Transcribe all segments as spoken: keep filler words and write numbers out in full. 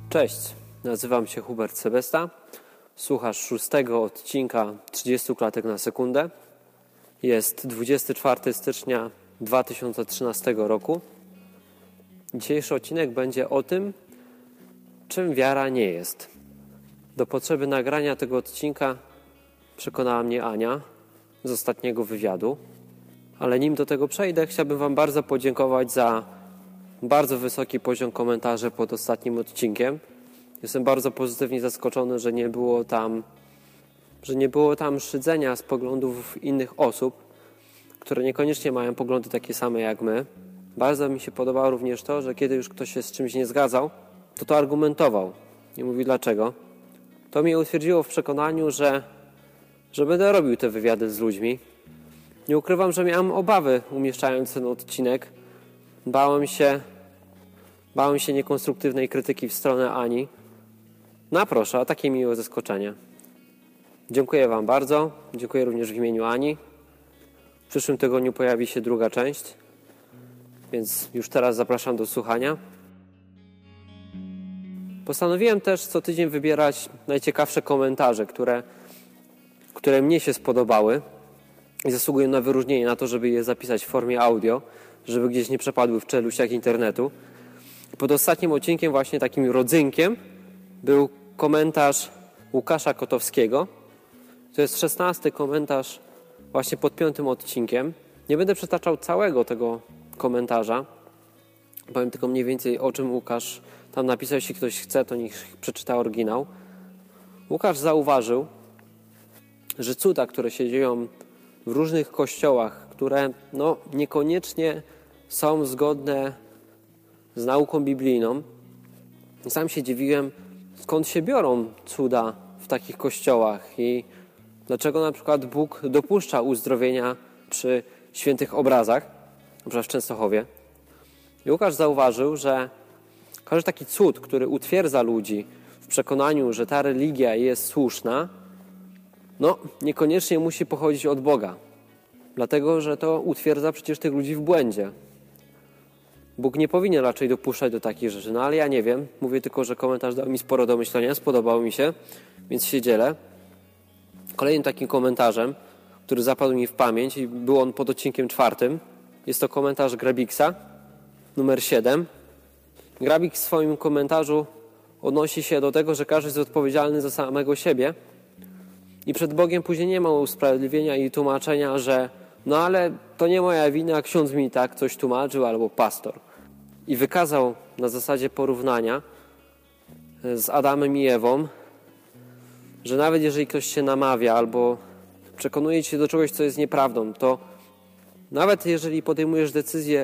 Cześć, nazywam się Hubert Sebesta. Słuchasz szóstego odcinka trzydzieści klatek na sekundę. Jest dwudziestego czwartego stycznia dwa tysiące trzynastego roku. Dzisiejszy odcinek będzie o tym, czym wiara nie jest. Do potrzeby nagrania tego odcinka przekonała mnie Ania z ostatniego wywiadu. Ale nim do tego przejdę, chciałbym Wam bardzo podziękować za bardzo wysoki poziom komentarzy pod ostatnim odcinkiem. Jestem bardzo pozytywnie zaskoczony, że nie było tam, że nie było tam szydzenia z poglądów innych osób, które niekoniecznie mają poglądy takie same jak my. Bardzo mi się podobało również to, że kiedy już ktoś się z czymś nie zgadzał, to to argumentował. Nie mówi dlaczego. To mnie utwierdziło w przekonaniu, że, że będę robił te wywiady z ludźmi. Nie ukrywam, że miałem obawy umieszczając ten odcinek. Bałem się, bałem się niekonstruktywnej krytyki w stronę Ani. No proszę, a takie miłe zaskoczenie. Dziękuję Wam bardzo. Dziękuję również w imieniu Ani. W przyszłym tygodniu pojawi się druga część, więc już teraz zapraszam do słuchania. Postanowiłem też co tydzień wybierać najciekawsze komentarze, które, które mnie się spodobały i zasługują na wyróżnienie, na to, żeby je zapisać w formie audio, żeby gdzieś nie przepadły w czeluściach internetu. Pod ostatnim odcinkiem właśnie takim rodzynkiem był komentarz Łukasza Kotowskiego. To jest szesnasty komentarz właśnie pod piątym odcinkiem. Nie będę przytaczał całego tego komentarza. Powiem tylko mniej więcej, o czym Łukasz tam napisał. Jeśli ktoś chce, to niech przeczyta oryginał. Łukasz zauważył, że cuda, które się dzieją w różnych kościołach, które no, niekoniecznie są zgodne z nauką biblijną. Sam się dziwiłem, skąd się biorą cuda w takich kościołach i dlaczego na przykład Bóg dopuszcza uzdrowienia przy świętych obrazach, na przykład w Częstochowie. I Łukasz zauważył, że każdy taki cud, który utwierdza ludzi w przekonaniu, że ta religia jest słuszna, no niekoniecznie musi pochodzić od Boga. Dlatego, że to utwierdza przecież tych ludzi w błędzie. Bóg nie powinien raczej dopuszczać do takich rzeczy. No ale ja nie wiem. Mówię tylko, że komentarz dał mi sporo do myślenia. Spodobał mi się, więc się dzielę. Kolejnym takim komentarzem, który zapadł mi w pamięć i był on pod odcinkiem czwartym, jest to komentarz Grabiksa, numer siedem. Grabik w swoim komentarzu odnosi się do tego, że każdy jest odpowiedzialny za samego siebie i przed Bogiem później nie ma usprawiedliwienia i tłumaczenia, że no ale to nie moja wina, ksiądz mi tak coś tłumaczył albo pastor. I wykazał na zasadzie porównania z Adamem i Ewą, że nawet jeżeli ktoś się namawia albo przekonuje cię do czegoś, co jest nieprawdą, to nawet jeżeli podejmujesz decyzję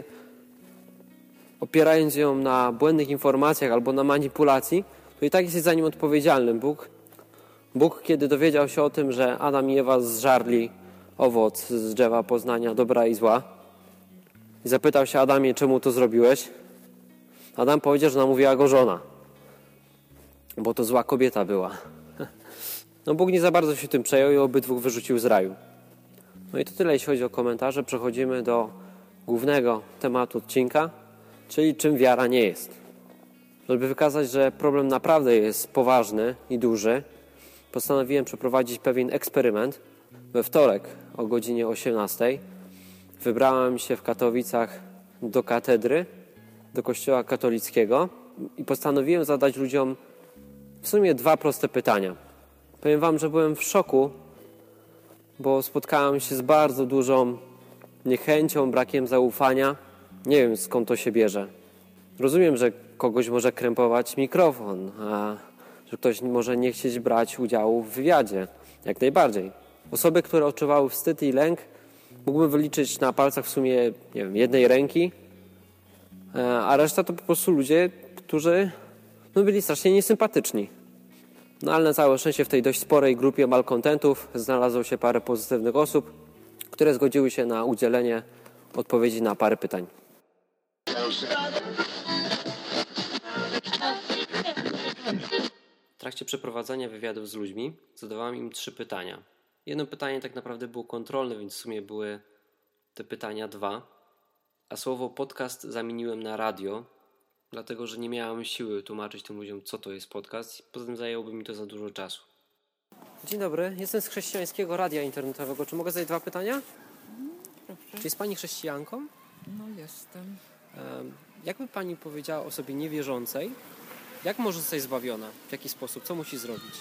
opierając ją na błędnych informacjach albo na manipulacji, to i tak jesteś za nim odpowiedzialny. Bóg, Bóg, kiedy dowiedział się o tym, że Adam i Ewa zżarli owoc z drzewa poznania dobra i zła i zapytał się Adamie, czemu to zrobiłeś? Adam powiedział, że namówiła go żona, bo to zła kobieta była. No Bóg nie za bardzo się tym przejął i obydwóch wyrzucił z raju. No i to tyle, jeśli chodzi o komentarze. Przechodzimy do głównego tematu odcinka, czyli czym wiara nie jest. Żeby wykazać, że problem naprawdę jest poważny i duży, postanowiłem przeprowadzić pewien eksperyment. We wtorek o godzinie osiemnastej wybrałem się w Katowicach do katedry, do kościoła katolickiego i postanowiłem zadać ludziom w sumie dwa proste pytania. Powiem Wam, że byłem w szoku, bo spotkałem się z bardzo dużą niechęcią, brakiem zaufania. Nie wiem, skąd to się bierze. Rozumiem, że kogoś może krępować mikrofon, a że ktoś może nie chcieć brać udziału w wywiadzie. Jak najbardziej. Osoby, które odczuwały wstyd i lęk, mógłbym wyliczyć na palcach w sumie nie wiem, jednej ręki, a reszta to po prostu ludzie, którzy no, byli strasznie niesympatyczni. No ale na całe szczęście w tej dość sporej grupie malkontentów znalazło się parę pozytywnych osób, które zgodziły się na udzielenie odpowiedzi na parę pytań. W trakcie przeprowadzania wywiadów z ludźmi zadawałem im trzy pytania. Jedno pytanie tak naprawdę było kontrolne, więc w sumie były te pytania dwa. A słowo podcast zamieniłem na radio, dlatego że nie miałam siły tłumaczyć tym ludziom, co to jest podcast. Poza tym zajęłoby mi to za dużo czasu. Dzień dobry, jestem z Chrześcijańskiego Radia Internetowego. Czy mogę zadać dwa pytania? Proszę. Czy jest Pani chrześcijanką? No jestem. Jakby Pani powiedziała osobie niewierzącej, jak może zostać zbawiona? W jaki sposób? Co musi zrobić?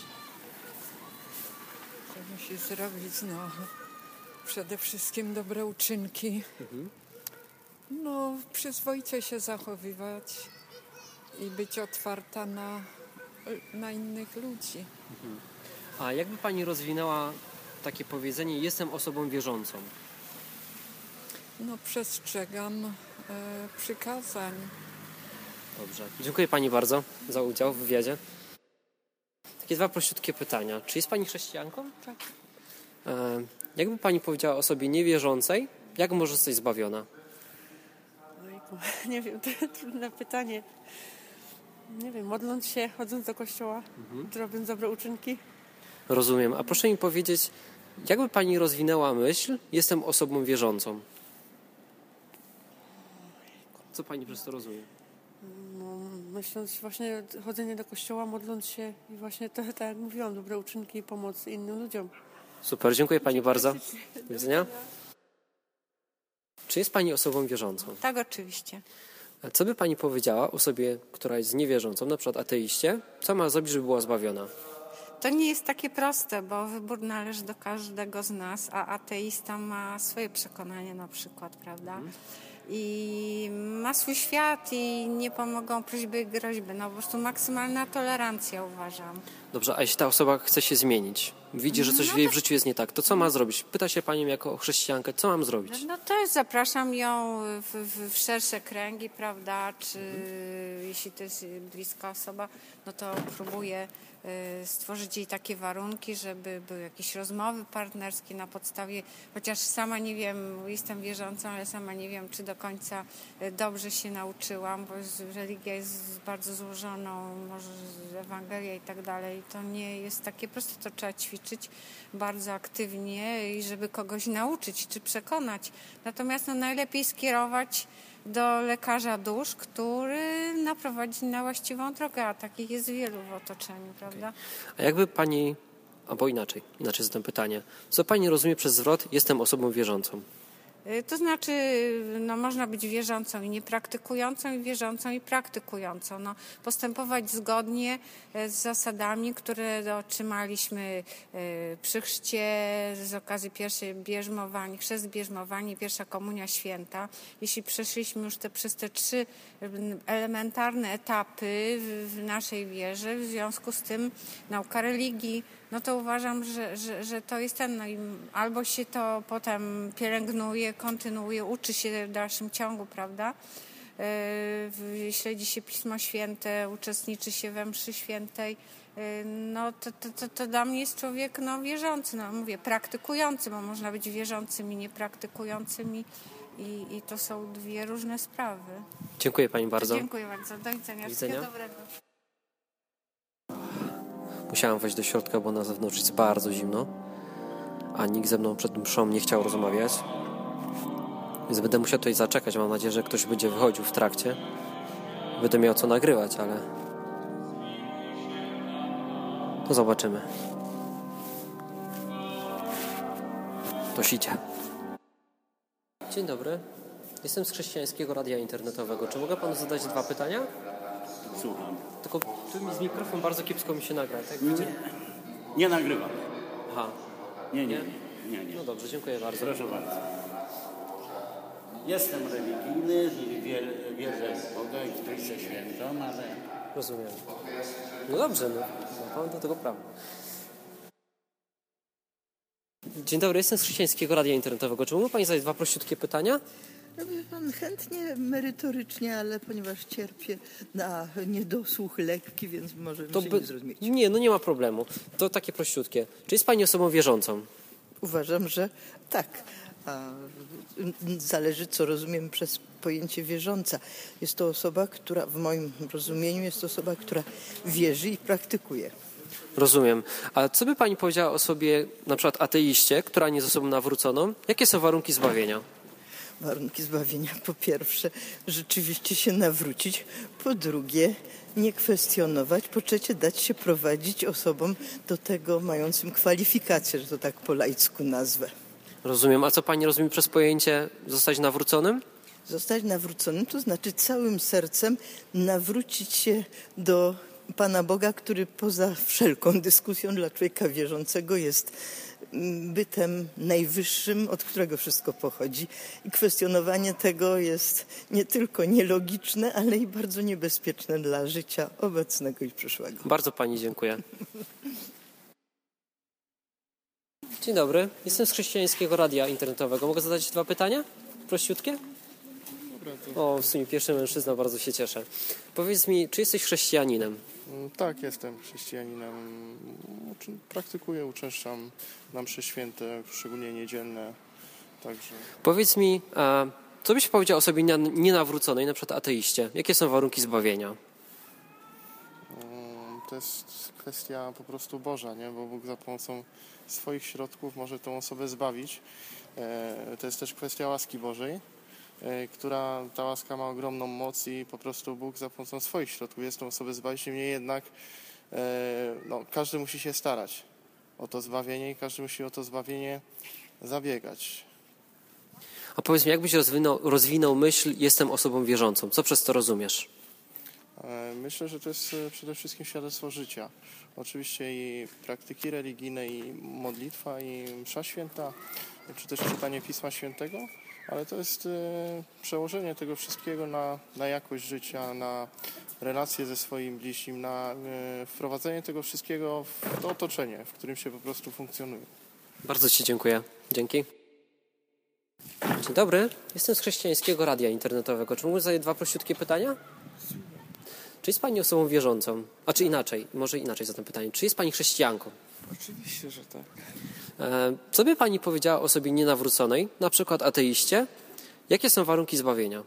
Co musi zrobić? No, przede wszystkim dobre uczynki. Mhm. No, przyzwoicie się zachowywać i być otwarta na, na innych ludzi. Mhm. A jakby Pani rozwinęła takie powiedzenie, jestem osobą wierzącą? No, przestrzegam e, przykazań. Dobrze. Dziękuję Pani bardzo za udział w wywiadzie. Takie dwa prościutkie pytania. Czy jest Pani chrześcijanką? Tak. E, jakby Pani powiedziała osobie niewierzącej, jak może zostać zbawiona? Ojku, nie wiem, to trudne pytanie. Nie wiem, modląc się, chodząc do kościoła, mhm. robiąc dobre uczynki. Rozumiem. A proszę mi powiedzieć, jakby Pani rozwinęła myśl, jestem osobą wierzącą? Co Pani przez to rozumie? No, myśląc właśnie chodzenie do kościoła, modląc się i właśnie to, tak jak mówiłam, dobre uczynki i pomoc innym ludziom. Super, dziękuję Pani bardzo. Do widzenia. Czy jest Pani osobą wierzącą? Tak, oczywiście. A co by Pani powiedziała osobie, która jest niewierzącą, na przykład ateiście, co ma zrobić, żeby była zbawiona? To nie jest takie proste, bo wybór należy do każdego z nas, a ateista ma swoje przekonania na przykład, prawda? Mhm. I ma swój świat i nie pomogą prośby i groźby. No po prostu maksymalna tolerancja, uważam. Dobrze, a jeśli ta osoba chce się zmienić, widzi, że coś no w jej to... w życiu jest nie tak, to co ma zrobić? Pyta się Panią jako chrześcijankę, co mam zrobić? No to jest, zapraszam ją w, w, w szersze kręgi, prawda, czy mhm. jeśli to jest bliska osoba, no to próbuję y, stworzyć jej takie warunki, żeby były jakieś rozmowy partnerskie na podstawie, chociaż sama nie wiem, jestem wierzącą, ale sama nie wiem, czy do końca dobrze się nauczyłam, bo jest, religia jest bardzo złożoną, może Ewangelia i tak dalej, to nie jest takie proste, to trzeba ćwiczyć bardzo aktywnie i żeby kogoś nauczyć czy przekonać. Natomiast no, najlepiej skierować do lekarza dusz, który naprowadzi na właściwą drogę, a takich jest wielu w otoczeniu, prawda? Okay. A jakby Pani, albo inaczej, inaczej zadam pytanie, co Pani rozumie przez zwrot jestem osobą wierzącą? To znaczy, no, można być wierzącą i niepraktykującą, i wierzącą i praktykującą. No, postępować zgodnie z zasadami, które otrzymaliśmy przy chrzcie z okazji pierwszej bierzmowania, chrzest, bierzmowanie, pierwsza komunia święta. Jeśli przeszliśmy już te, przez te trzy elementarne etapy w, w naszej wierze, w związku z tym nauka religii, no to uważam, że, że, że to jest ten, no i albo się to potem pielęgnuje, kontynuuje, uczy się w dalszym ciągu, prawda? Yy, śledzi się Pismo Święte, uczestniczy się we mszy świętej, yy, no to, to, to, to dla mnie jest człowiek no, wierzący, no mówię, praktykujący, bo można być wierzącym i niepraktykującym i, i, i to są dwie różne sprawy. Dziękuję Pani bardzo. Dziękuję bardzo. Do widzenia. Do widzenia. Wszystkiego dobrego. Musiałam wejść do środka, bo na zewnątrz jest bardzo zimno, a nikt ze mną przed mszą nie chciał rozmawiać. Więc będę musiał tutaj zaczekać. Mam nadzieję, że ktoś będzie wychodził w trakcie. Będę miał co nagrywać, ale to zobaczymy. Ktoś idzie. Dzień dobry. Jestem z Chrześcijańskiego Radia Internetowego. Czy mogę Panu zadać dwa pytania? Słucham. Tylko tu mi z mikrofon bardzo kiepsko mi się nagra. Tak nie, nie nagrywam. Aha. Nie, nie, nie, nie, nie. No dobrze, dziękuję bardzo. Proszę bardzo. Jestem religijny, wier, wierzę w Boga i w Trójcę Świętą, ale... Rozumiem. No dobrze, no. Ma Pan do tego prawo. Dzień dobry, jestem z Chrześcijańskiego Radia Internetowego. Czy mógł Pani zadać dwa prościutkie pytania? No, pan chętnie, merytorycznie, ale ponieważ cierpię na niedosłuch lekki, więc może to się by... nie zrozumieć. Nie, no nie ma problemu. To takie prościutkie. Czy jest Pani osobą wierzącą? Uważam, że tak. A zależy, co rozumiem przez pojęcie wierząca. Jest to osoba, która w moim rozumieniu jest to osoba, która wierzy i praktykuje. Rozumiem. A co by Pani powiedziała osobie, na przykład ateiście, która nie jest osobą nawróconą? Jakie są warunki zbawienia? Warunki zbawienia po pierwsze rzeczywiście się nawrócić, po drugie nie kwestionować, po trzecie dać się prowadzić osobom do tego mającym kwalifikacje, że to tak po laicku nazwę. Rozumiem. A co pani rozumie przez pojęcie zostać nawróconym? Zostać nawróconym to znaczy całym sercem nawrócić się do Pana Boga, który poza wszelką dyskusją dla człowieka wierzącego jest bytem najwyższym, od którego wszystko pochodzi. I kwestionowanie tego jest nie tylko nielogiczne, ale i bardzo niebezpieczne dla życia obecnego i przyszłego. Bardzo pani dziękuję. Dzień dobry. Jestem z Chrześcijańskiego Radia Internetowego. Mogę zadać dwa pytania? Prościutkie? O, w sumie pierwszy mężczyzna, bardzo się cieszę. Powiedz mi, czy jesteś chrześcijaninem? Tak, jestem chrześcijaninem. Uczy- Praktykuję, uczęszczam na msze święte, szczególnie niedzielne. Także Powiedz mi, a co byś powiedział osobie na- nienawróconej, na przykład ateiście? Jakie są warunki zbawienia? mm, to jest kwestia po prostu Boża, nie? Bo Bóg za pomocą swoich środków może tę osobę zbawić. E, To jest też kwestia łaski Bożej, e, która ta łaska ma ogromną moc i po prostu Bóg za pomocą swoich środków jest tą osobę zbawić. Niemniej jednak e, no, każdy musi się starać o to zbawienie i każdy musi o to zbawienie zabiegać. A powiedz mi, jakbyś rozwinął, rozwinął myśl, jestem osobą wierzącą? Co przez to rozumiesz? E, Myślę, że to jest e, przede wszystkim świadectwo życia. Oczywiście i praktyki religijne, i modlitwa, i msza święta, czy też czytanie Pisma Świętego, ale to jest e, przełożenie tego wszystkiego na, na jakość życia, na relacje ze swoim bliźnim, na e, wprowadzenie tego wszystkiego w to otoczenie, w którym się po prostu funkcjonuje. Bardzo ci dziękuję. Dzięki. Dzień dobry. Jestem z Chrześcijańskiego Radia Internetowego. Czy mógłbym zadać dwa prościutkie pytania? Czy jest pani osobą wierzącą? A czy inaczej, może inaczej zadam pytanie. Czy jest pani chrześcijanką? Oczywiście, że tak. E, Co by pani powiedziała osobie nienawróconej, na przykład ateiście? Jakie są warunki zbawienia?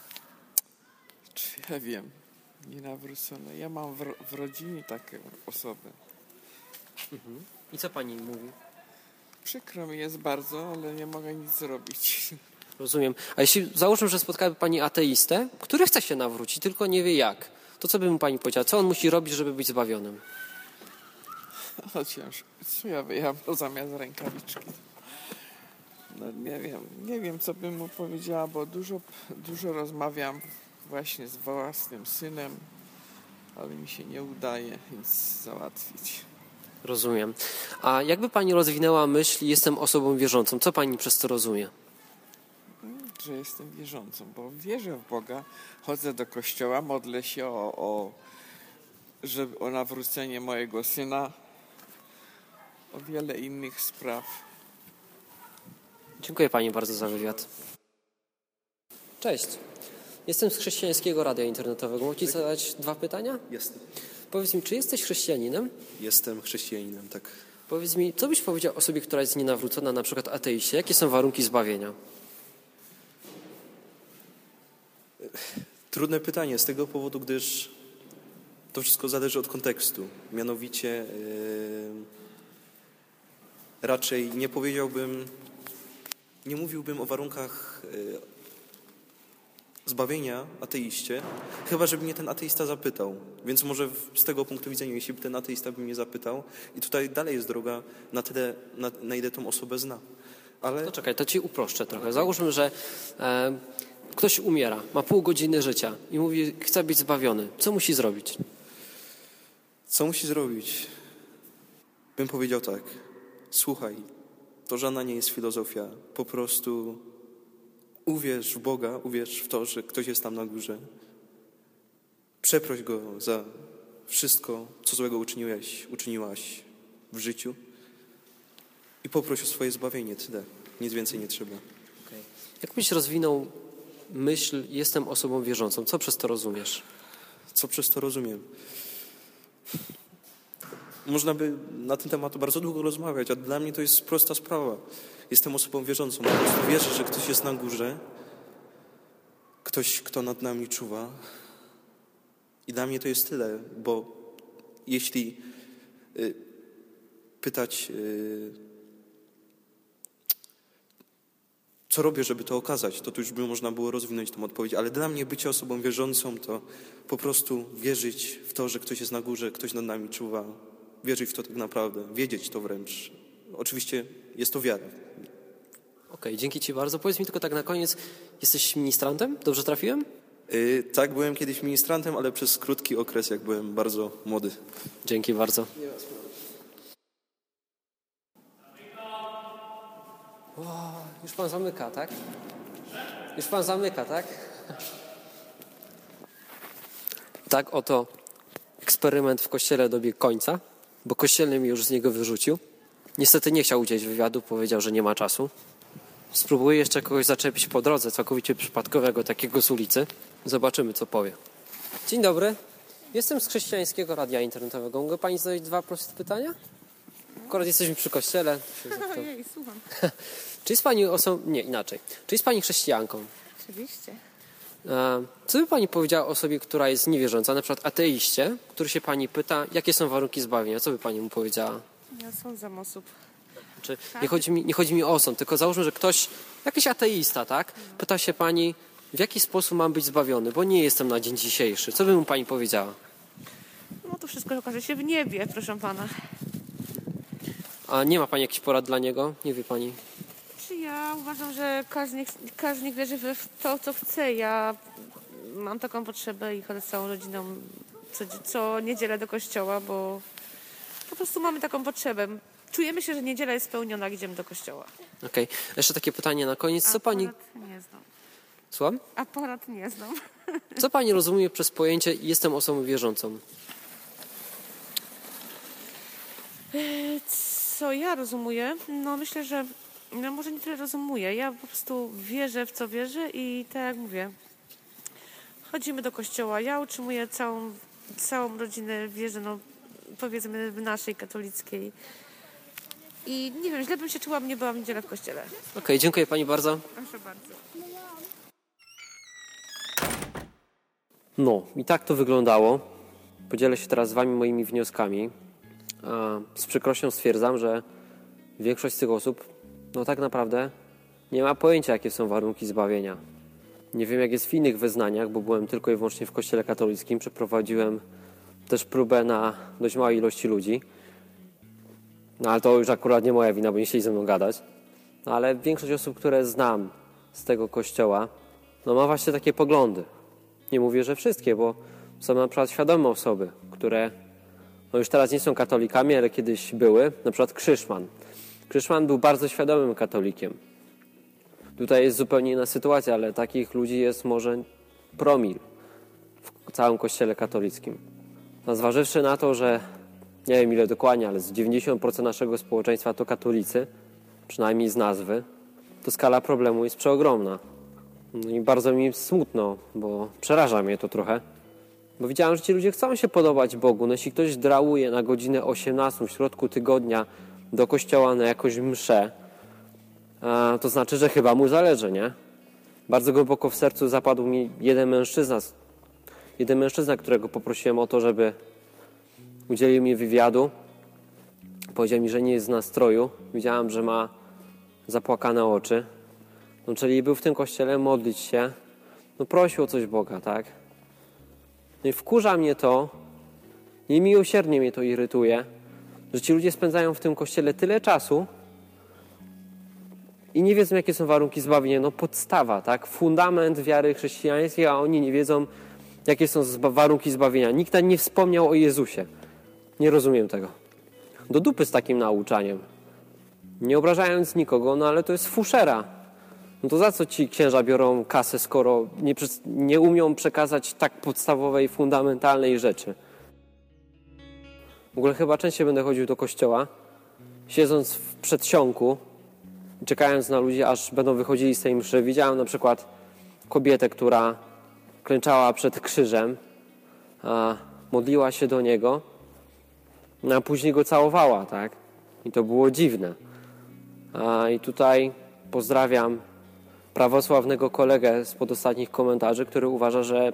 Czy ja wiem, nienawrócone. Ja mam w, ro- w rodzinie takie osoby. I co pani mówi? Przykro mi jest bardzo, ale nie mogę nic zrobić. Rozumiem. A jeśli załóżmy, że spotkałaby pani ateistę, który chce się nawrócić, tylko nie wie jak, to co by mu pani powiedziała? Co on musi robić, żeby być zbawionym? O, ciężko. Co ja wyjechałem to zamiast rękawiczki? No nie wiem, nie wiem co bym mu powiedziała, bo dużo, dużo rozmawiam właśnie z własnym synem, ale mi się nie udaje nic załatwić. Rozumiem. A jakby pani rozwinęła myśl, jestem osobą wierzącą, co pani przez to rozumie? Że jestem wierzącą, bo wierzę w Boga, chodzę do kościoła, modlę się o, o, żeby, o nawrócenie mojego syna, o wiele innych spraw. Dziękuję pani bardzo za wywiad. Cześć. Jestem z Chrześcijańskiego Radia Internetowego. Mogę ci zadać dwa pytania? Jestem. Powiedz mi, czy jesteś chrześcijaninem? Jestem chrześcijaninem, tak. Powiedz mi, co byś powiedział osobie, która jest nienawrócona, na przykład ateiście? Jakie są warunki zbawienia? Trudne pytanie z tego powodu, gdyż to wszystko zależy od kontekstu. Mianowicie yy, raczej nie powiedziałbym, nie mówiłbym o warunkach yy, zbawienia ateiście, chyba żeby mnie ten ateista zapytał. Więc może w, z tego punktu widzenia, jeśli by ten ateista by mnie zapytał, i tutaj dalej jest droga na tyle, na, na ile tą osobę zna. Ale To czekaj, to ci uproszczę trochę. Załóżmy, że e, ktoś umiera, ma pół godziny życia i mówi, chce być zbawiony. Co musi zrobić? co musi zrobić? Bym powiedział tak. Słuchaj, to żadna nie jest filozofia. Po prostu uwierz w Boga, uwierz w to, że ktoś jest tam na górze. Przeproś Go za wszystko, co złego uczyniłeś, uczyniłaś w życiu i poproś o swoje zbawienie. Tyle. Nic więcej nie trzeba. Okay. Jak byś rozwinął myśl, jestem osobą wierzącą? Co przez to rozumiesz? Co przez to rozumiem? Można by na ten temat bardzo długo rozmawiać, a dla mnie to jest prosta sprawa. Jestem osobą wierzącą. Po prostu wierzę, że ktoś jest na górze, ktoś, kto nad nami czuwa. I dla mnie to jest tyle, bo jeśli y, pytać, y, co co robię, żeby to okazać, to tu już by można było rozwinąć tą odpowiedź, ale dla mnie bycie osobą wierzącą to po prostu wierzyć w to, że ktoś jest na górze, ktoś nad nami czuwa, wierzyć w to tak naprawdę, wiedzieć to wręcz. Oczywiście jest to wiara. Okej, okay, dzięki Ci bardzo. Powiedz mi tylko tak na koniec, jesteś ministrantem? Dobrze trafiłem? Yy, tak, byłem kiedyś ministrantem, ale przez krótki okres, jak byłem bardzo młody. Dzięki bardzo. O, już Pan zamyka, tak? Już Pan zamyka, tak? Tak oto eksperyment w kościele dobiegł końca, bo kościelny mi już z niego wyrzucił. Niestety nie chciał udzielić wywiadu, powiedział, że nie ma czasu. Spróbuję jeszcze kogoś zaczepić po drodze, całkowicie przypadkowego, takiego z ulicy. Zobaczymy, co powie. Dzień dobry. Jestem z Chrześcijańskiego Radia Internetowego. Mogę Pani zadać dwa proste pytania? Akurat jesteśmy przy kościele. Ojej, słucham. Czy jest Pani osobą... Nie, inaczej. Czy jest Pani chrześcijanką? Oczywiście. Co by Pani powiedziała osobie, która jest niewierząca, na przykład ateiście, który się Pani pyta, jakie są warunki zbawienia? Co by Pani mu powiedziała? Ja sądzę osób. Znaczy, nie, chodzi mi, nie chodzi mi o osąd, tylko załóżmy, że ktoś, jakiś ateista, tak, pyta się Pani, w jaki sposób mam być zbawiony, bo nie jestem na dzień dzisiejszy. Co by mu Pani powiedziała? No to wszystko okaże się w niebie, proszę Pana. A nie ma Pani jakichś porad dla niego? Nie wie Pani? Czy ja uważam, że każdy niech, każdy niech wierzy w to, co chce. Ja mam taką potrzebę i chodzę z całą rodziną co, co niedzielę do kościoła, bo po prostu mamy taką potrzebę. Czujemy się, że niedziela jest spełniona, jak idziemy do kościoła. Okej. Okay. Jeszcze takie pytanie na koniec. Co Pani... nie znam. Słucham? Aparat nie znam. Co Pani rozumie przez pojęcie jestem osobą wierzącą? Co ja rozumuję? No myślę, że no może nie tyle rozumuję. Ja po prostu wierzę w co wierzę i tak jak mówię, chodzimy do kościoła. Ja utrzymuję całą, całą rodzinę wierzę, no powiedzmy w naszej katolickiej. I nie wiem, źle bym się czuła, nie byłam w niedzielę w kościele. Okej, okay, dziękuję Pani bardzo. Proszę bardzo. No i tak to wyglądało. Podzielę się teraz z Wami moimi wnioskami. Z przykrością stwierdzam, że większość z tych osób no tak naprawdę nie ma pojęcia, jakie są warunki zbawienia. Nie wiem, jak jest w innych wyznaniach, bo byłem tylko i wyłącznie w kościele katolickim. Przeprowadziłem też próbę na dość małej ilości ludzi. No ale to już akurat nie moja wina, bo nie chcieli ze mną gadać. No, ale większość osób, które znam z tego kościoła, no ma właśnie takie poglądy. Nie mówię, że wszystkie, bo są na przykład świadome osoby, które no już teraz nie są katolikami, ale kiedyś były. Na przykład Krzyszman. Krzyszman był bardzo świadomym katolikiem. Tutaj jest zupełnie inna sytuacja, ale takich ludzi jest może promil w całym kościele katolickim. No, zważywszy na to, że nie wiem ile dokładnie, ale z dziewięćdziesiąt procent naszego społeczeństwa to katolicy, przynajmniej z nazwy, to skala problemu jest przeogromna. No i bardzo mi smutno, bo przeraża mnie to trochę. Bo widziałem, że ci ludzie chcą się podobać Bogu. No jeśli ktoś drałuje na godzinę osiemnastą w środku tygodnia do kościoła na jakąś mszę, to znaczy, że chyba mu zależy, nie? Bardzo głęboko w sercu zapadł mi jeden mężczyzna, jeden mężczyzna, którego poprosiłem o to, żeby udzielił mi wywiadu. Powiedział mi, że nie jest z nastroju. Widziałem, że ma zapłakane oczy. No, czyli był w tym kościele modlić się. No prosił o coś Boga, tak? No i wkurza mnie to, niemiłosiernie mnie to irytuje, że ci ludzie spędzają w tym kościele tyle czasu i nie wiedzą, jakie są warunki zbawienia. No podstawa, tak? Fundament wiary chrześcijańskiej, a oni nie wiedzą, jakie są zba- warunki zbawienia. Nikt tam nie wspomniał o Jezusie. Nie rozumiem tego. Do dupy z takim nauczaniem. Nie obrażając nikogo, no ale to jest fuszera. No to za co ci księża biorą kasę, skoro nie, nie umią przekazać tak podstawowej, fundamentalnej rzeczy? W ogóle chyba częściej będę chodził do kościoła, siedząc w przedsionku, czekając na ludzi, aż będą wychodzili z tej mszy. Widziałem na przykład kobietę, która klęczała przed krzyżem, a modliła się do niego, a później go całowała, tak? I to było dziwne. A i tutaj pozdrawiam prawosławnego kolegę spod ostatnich komentarzy, który uważa, że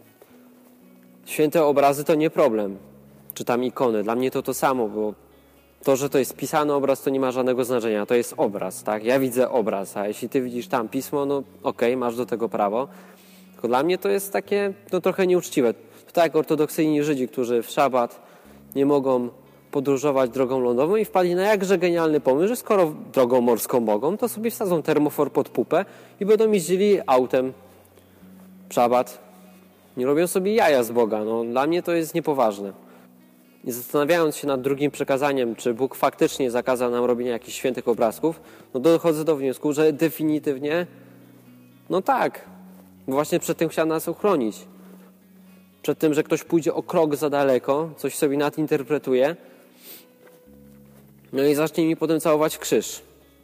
święte obrazy to nie problem, czy tam ikony. Dla mnie to to samo, bo to, że to jest pisany obraz, to nie ma żadnego znaczenia. To jest obraz, tak? Ja widzę obraz, a jeśli ty widzisz tam pismo, no okej, okay, masz do tego prawo. Tylko dla mnie to jest takie no, trochę nieuczciwe. To tak jak ortodoksyjni Żydzi, którzy w szabat nie mogą podróżować drogą lądową i wpadli na jakże genialny pomysł, że skoro drogą morską mogą, to sobie wsadzą termofor pod pupę i będą jeździli autem w szabat. Nie robią sobie jaja z Boga. No, dla mnie to jest niepoważne. I zastanawiając się nad drugim przekazaniem, czy Bóg faktycznie zakazał nam robienia jakichś świętych obrazków, no dochodzę do wniosku, że definitywnie no tak. Bo właśnie przed tym chciał nas uchronić. Przed tym, że ktoś pójdzie o krok za daleko, coś sobie nadinterpretuje, no i zacznie mi potem całować krzyż.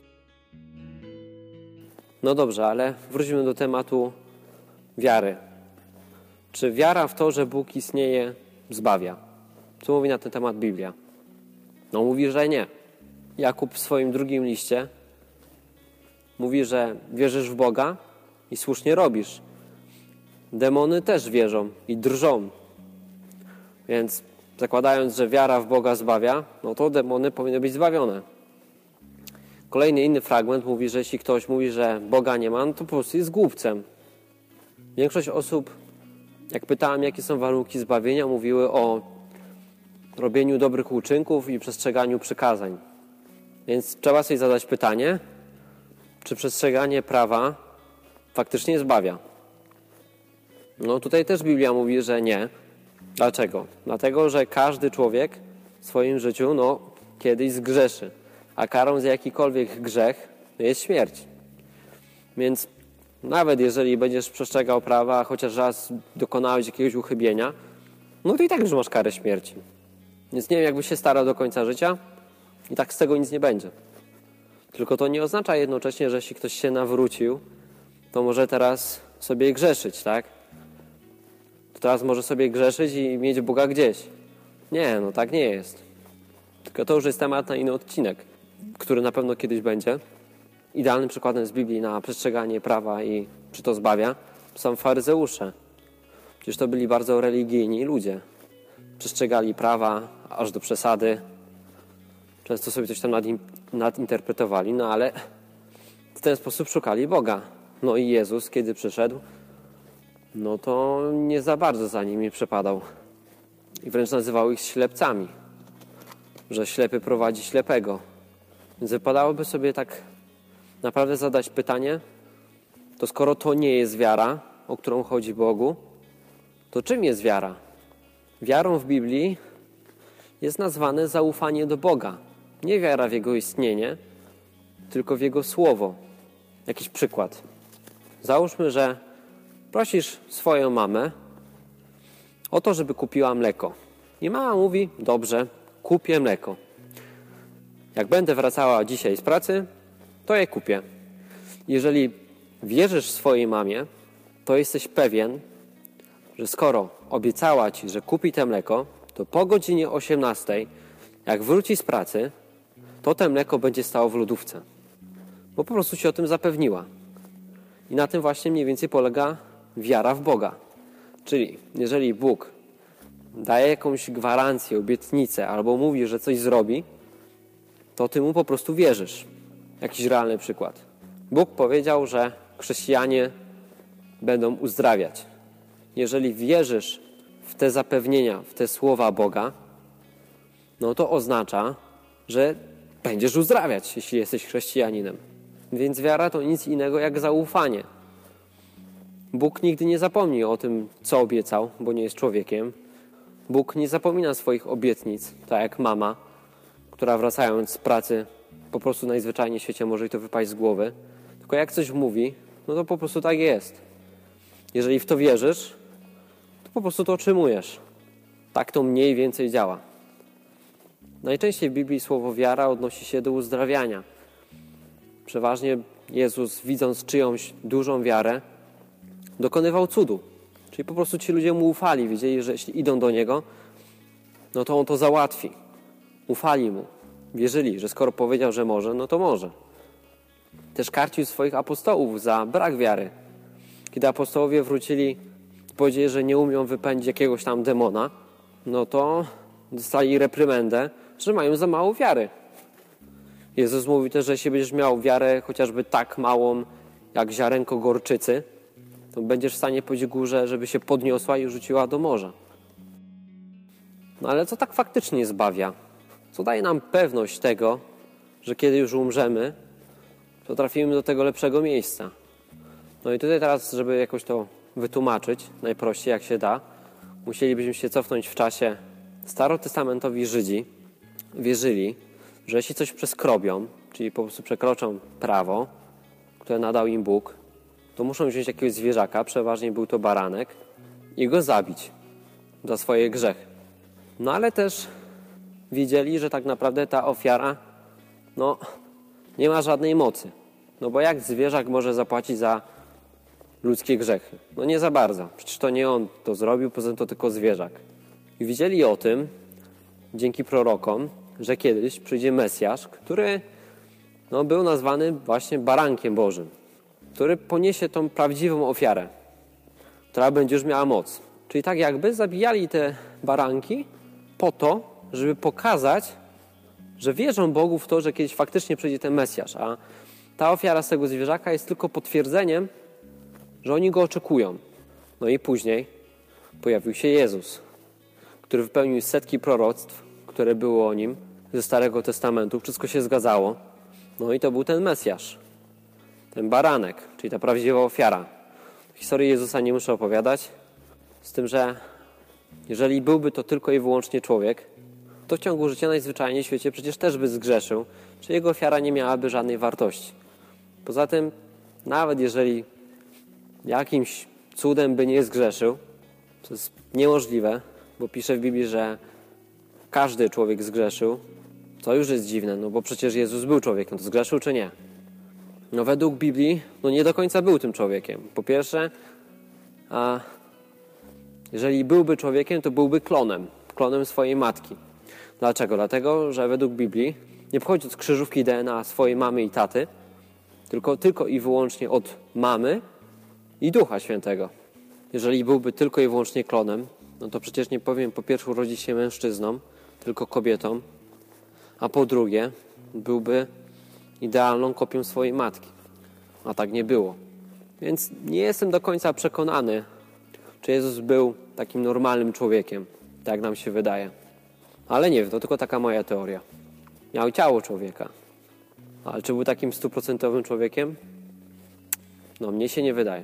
No dobrze, ale wróćmy do tematu wiary. Czy wiara w to, że Bóg istnieje, zbawia? Co mówi na ten temat Biblia? No mówi, że nie. Jakub w swoim drugim liście mówi, że wierzysz w Boga i słusznie robisz. Demony też wierzą i drżą. Więc zakładając, że wiara w Boga zbawia, no to demony powinny być zbawione. Kolejny inny fragment mówi, że jeśli ktoś mówi, że Boga nie ma, no to po prostu jest głupcem. Większość osób, jak pytałem, jakie są warunki zbawienia, mówiły o robieniu dobrych uczynków i przestrzeganiu przykazań. Więc trzeba sobie zadać pytanie, czy przestrzeganie prawa faktycznie zbawia. No tutaj też Biblia mówi, że nie. Dlaczego? Dlatego, że każdy człowiek w swoim życiu no, kiedyś zgrzeszy, a karą za jakikolwiek grzech jest śmierć. Więc nawet jeżeli będziesz przestrzegał prawa, chociaż raz dokonałeś jakiegoś uchybienia, no to i tak już masz karę śmierci. Więc nie wiem, jakbyś się starał do końca życia i tak z tego nic nie będzie. Tylko to nie oznacza jednocześnie, że jeśli ktoś się nawrócił, to może teraz sobie grzeszyć, tak? To teraz może sobie grzeszyć i mieć Boga gdzieś. Nie, no tak nie jest. Tylko to już jest temat na inny odcinek, który na pewno kiedyś będzie. Idealnym przykładem z Biblii na przestrzeganie prawa i czy to zbawia są faryzeusze. Przecież to byli bardzo religijni ludzie. Przestrzegali prawa aż do przesady. Często sobie coś tam nadinterpretowali, no ale w ten sposób szukali Boga. No i Jezus, kiedy przyszedł, no to nie za bardzo za nimi przepadał. I wręcz nazywał ich ślepcami, że ślepy prowadzi ślepego. Więc wypadałoby sobie tak naprawdę zadać pytanie, to skoro to nie jest wiara, o którą chodzi Bogu, to czym jest wiara? Wiarą w Biblii jest nazwane zaufanie do Boga. Nie wiara w Jego istnienie, tylko w Jego Słowo. Jakiś przykład. Załóżmy, że prosisz swoją mamę o to, żeby kupiła mleko. I mama mówi, dobrze, kupię mleko. Jak będę wracała dzisiaj z pracy, to je kupię. Jeżeli wierzysz swojej mamie, to jesteś pewien, że skoro obiecała ci, że kupi te mleko, to po godzinie osiemnastej, jak wróci z pracy, to te mleko będzie stało w lodówce. Bo po prostu się o tym zapewniła. I na tym właśnie mniej więcej polega wiara w Boga. Czyli jeżeli Bóg daje jakąś gwarancję, obietnicę albo mówi, że coś zrobi, to ty mu po prostu wierzysz. Jakiś realny przykład. Bóg powiedział, że chrześcijanie będą uzdrawiać. Jeżeli wierzysz w te zapewnienia, w te słowa Boga, no to oznacza, że będziesz uzdrawiać, jeśli jesteś chrześcijaninem. Więc wiara to nic innego jak zaufanie. Bóg nigdy nie zapomni o tym, co obiecał, bo nie jest człowiekiem. Bóg nie zapomina swoich obietnic, tak jak mama, która wracając z pracy po prostu najzwyczajniej w świecie może jej to wypaść z głowy. Tylko jak coś mówi, no to po prostu tak jest. Jeżeli w to wierzysz, to po prostu to otrzymujesz. Tak to mniej więcej działa. Najczęściej w Biblii słowo wiara odnosi się do uzdrawiania. Przeważnie Jezus, widząc czyjąś dużą wiarę, dokonywał cudu. Czyli po prostu ci ludzie mu ufali. Wiedzieli, że jeśli idą do Niego, no to On to załatwi. Ufali Mu. Wierzyli, że skoro powiedział, że może, no to może. Też karcił swoich apostołów za brak wiary. Kiedy apostołowie wrócili i powiedzieli, że nie umią wypędzić jakiegoś tam demona, no to dostali reprymendę, że mają za mało wiary. Jezus mówi też, że jeśli będziesz miał wiarę chociażby tak małą, jak ziarenko gorczycy, to będziesz w stanie powiedzieć górze, żeby się podniosła i rzuciła do morza. No ale co tak faktycznie zbawia? Co daje nam pewność tego, że kiedy już umrzemy, to trafimy do tego lepszego miejsca? No i tutaj teraz, żeby jakoś to wytłumaczyć, najprościej jak się da, musielibyśmy się cofnąć w czasie. Starotestamentowi Żydzi wierzyli, że jeśli coś przeskrobią, czyli po prostu przekroczą prawo, które nadał im Bóg, to muszą wziąć jakiegoś zwierzaka, przeważnie był to baranek, i go zabić za swoje grzechy. No ale też wiedzieli, że tak naprawdę ta ofiara no, nie ma żadnej mocy. No bo jak zwierzak może zapłacić za ludzkie grzechy? No nie za bardzo. Przecież to nie on to zrobił, poza tym to tylko zwierzak. I wiedzieli o tym, dzięki prorokom, że kiedyś przyjdzie Mesjasz, który no, był nazwany właśnie barankiem Bożym, który poniesie tą prawdziwą ofiarę, która będzie już miała moc. Czyli tak jakby zabijali te baranki po to, żeby pokazać, że wierzą Bogu w to, że kiedyś faktycznie przyjdzie ten Mesjasz, a ta ofiara z tego zwierzaka jest tylko potwierdzeniem, że oni go oczekują. No i później pojawił się Jezus, który wypełnił setki proroctw, które były o nim ze Starego Testamentu. Wszystko się zgadzało. No i to był ten Mesjasz, ten baranek, czyli ta prawdziwa ofiara. Historii Jezusa nie muszę opowiadać, z tym, że jeżeli byłby to tylko i wyłącznie człowiek, to w ciągu życia najzwyczajniej w świecie przecież też by zgrzeszył, czy jego ofiara nie miałaby żadnej wartości. Poza tym, nawet jeżeli jakimś cudem by nie zgrzeszył, to jest niemożliwe, bo pisze w Biblii, że każdy człowiek zgrzeszył, to już jest dziwne, no bo przecież Jezus był człowiekiem, to zgrzeszył czy nie? No według Biblii, no nie do końca był tym człowiekiem. Po pierwsze, a jeżeli byłby człowiekiem, to byłby klonem, klonem swojej matki. Dlaczego? Dlatego, że według Biblii nie pochodzi od krzyżówki D N A swojej mamy i taty, tylko, tylko i wyłącznie od mamy i Ducha Świętego. Jeżeli byłby tylko i wyłącznie klonem, no to przecież nie powinien po pierwsze urodzić się mężczyzną, tylko kobietą, a po drugie byłby idealną kopią swojej matki. A tak nie było. Więc nie jestem do końca przekonany, czy Jezus był takim normalnym człowiekiem, tak jak nam się wydaje. Ale nie wiem, to tylko taka moja teoria. Miał ciało człowieka. Ale czy był takim stuprocentowym człowiekiem? No, mnie się nie wydaje.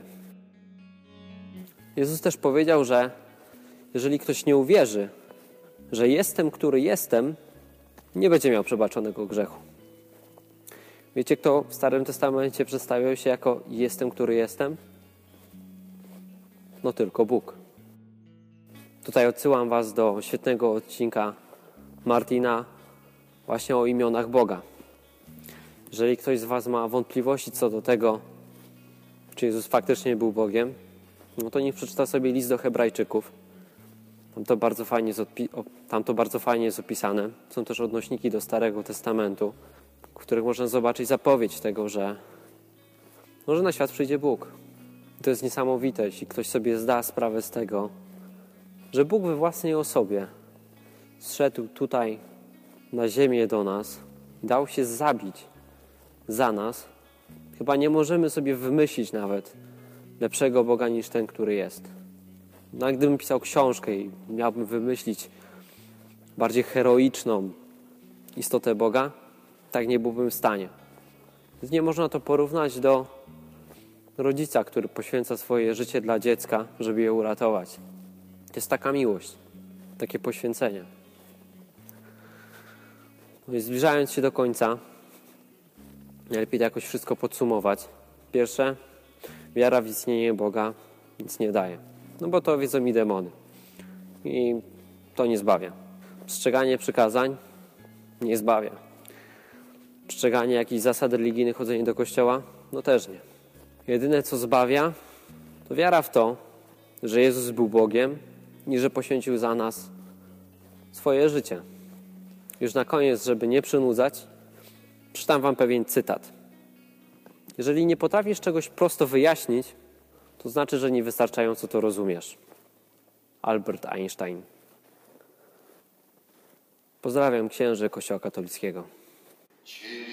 Jezus też powiedział, że jeżeli ktoś nie uwierzy, że jestem, który jestem, nie będzie miał przebaczonego grzechu. Wiecie, kto w Starym Testamencie przedstawiał się jako jestem, który jestem? No tylko Bóg. Tutaj odsyłam was do świetnego odcinka Martina właśnie o imionach Boga. Jeżeli ktoś z was ma wątpliwości co do tego, czy Jezus faktycznie był Bogiem, no to niech przeczyta sobie list do Hebrajczyków. Tam to bardzo fajnie jest, odpi- tam to bardzo fajnie jest opisane. Są też odnośniki do Starego Testamentu, w których można zobaczyć zapowiedź tego, że może na świat przyjdzie Bóg. I to jest niesamowite, jeśli ktoś sobie zda sprawę z tego, że Bóg we własnej osobie zszedł tutaj na ziemię do nas, dał się zabić za nas. Chyba nie możemy sobie wymyślić nawet lepszego Boga niż ten, który jest. No, a gdybym pisał książkę i miałbym wymyślić bardziej heroiczną istotę Boga, tak nie byłbym w stanie. Więc nie można to porównać do rodzica, który poświęca swoje życie dla dziecka, żeby je uratować. To jest taka miłość, takie poświęcenie. No i zbliżając się do końca, najlepiej to jakoś wszystko podsumować. Pierwsze, wiara w istnienie Boga nic nie daje. No bo to wiedzą i demony. I to nie zbawia. Przestrzeganie przykazań nie zbawia. Przestrzeganie jakichś zasad religijnych, chodzenie do kościoła, no też nie. Jedyne co zbawia, to wiara w to, że Jezus był Bogiem i że poświęcił za nas swoje życie. Już na koniec, żeby nie przynudzać, przeczytam wam pewien cytat. Jeżeli nie potrafisz czegoś prosto wyjaśnić, to znaczy, że niewystarczająco to rozumiesz. Albert Einstein. Pozdrawiam księży Kościoła katolickiego. Ciebie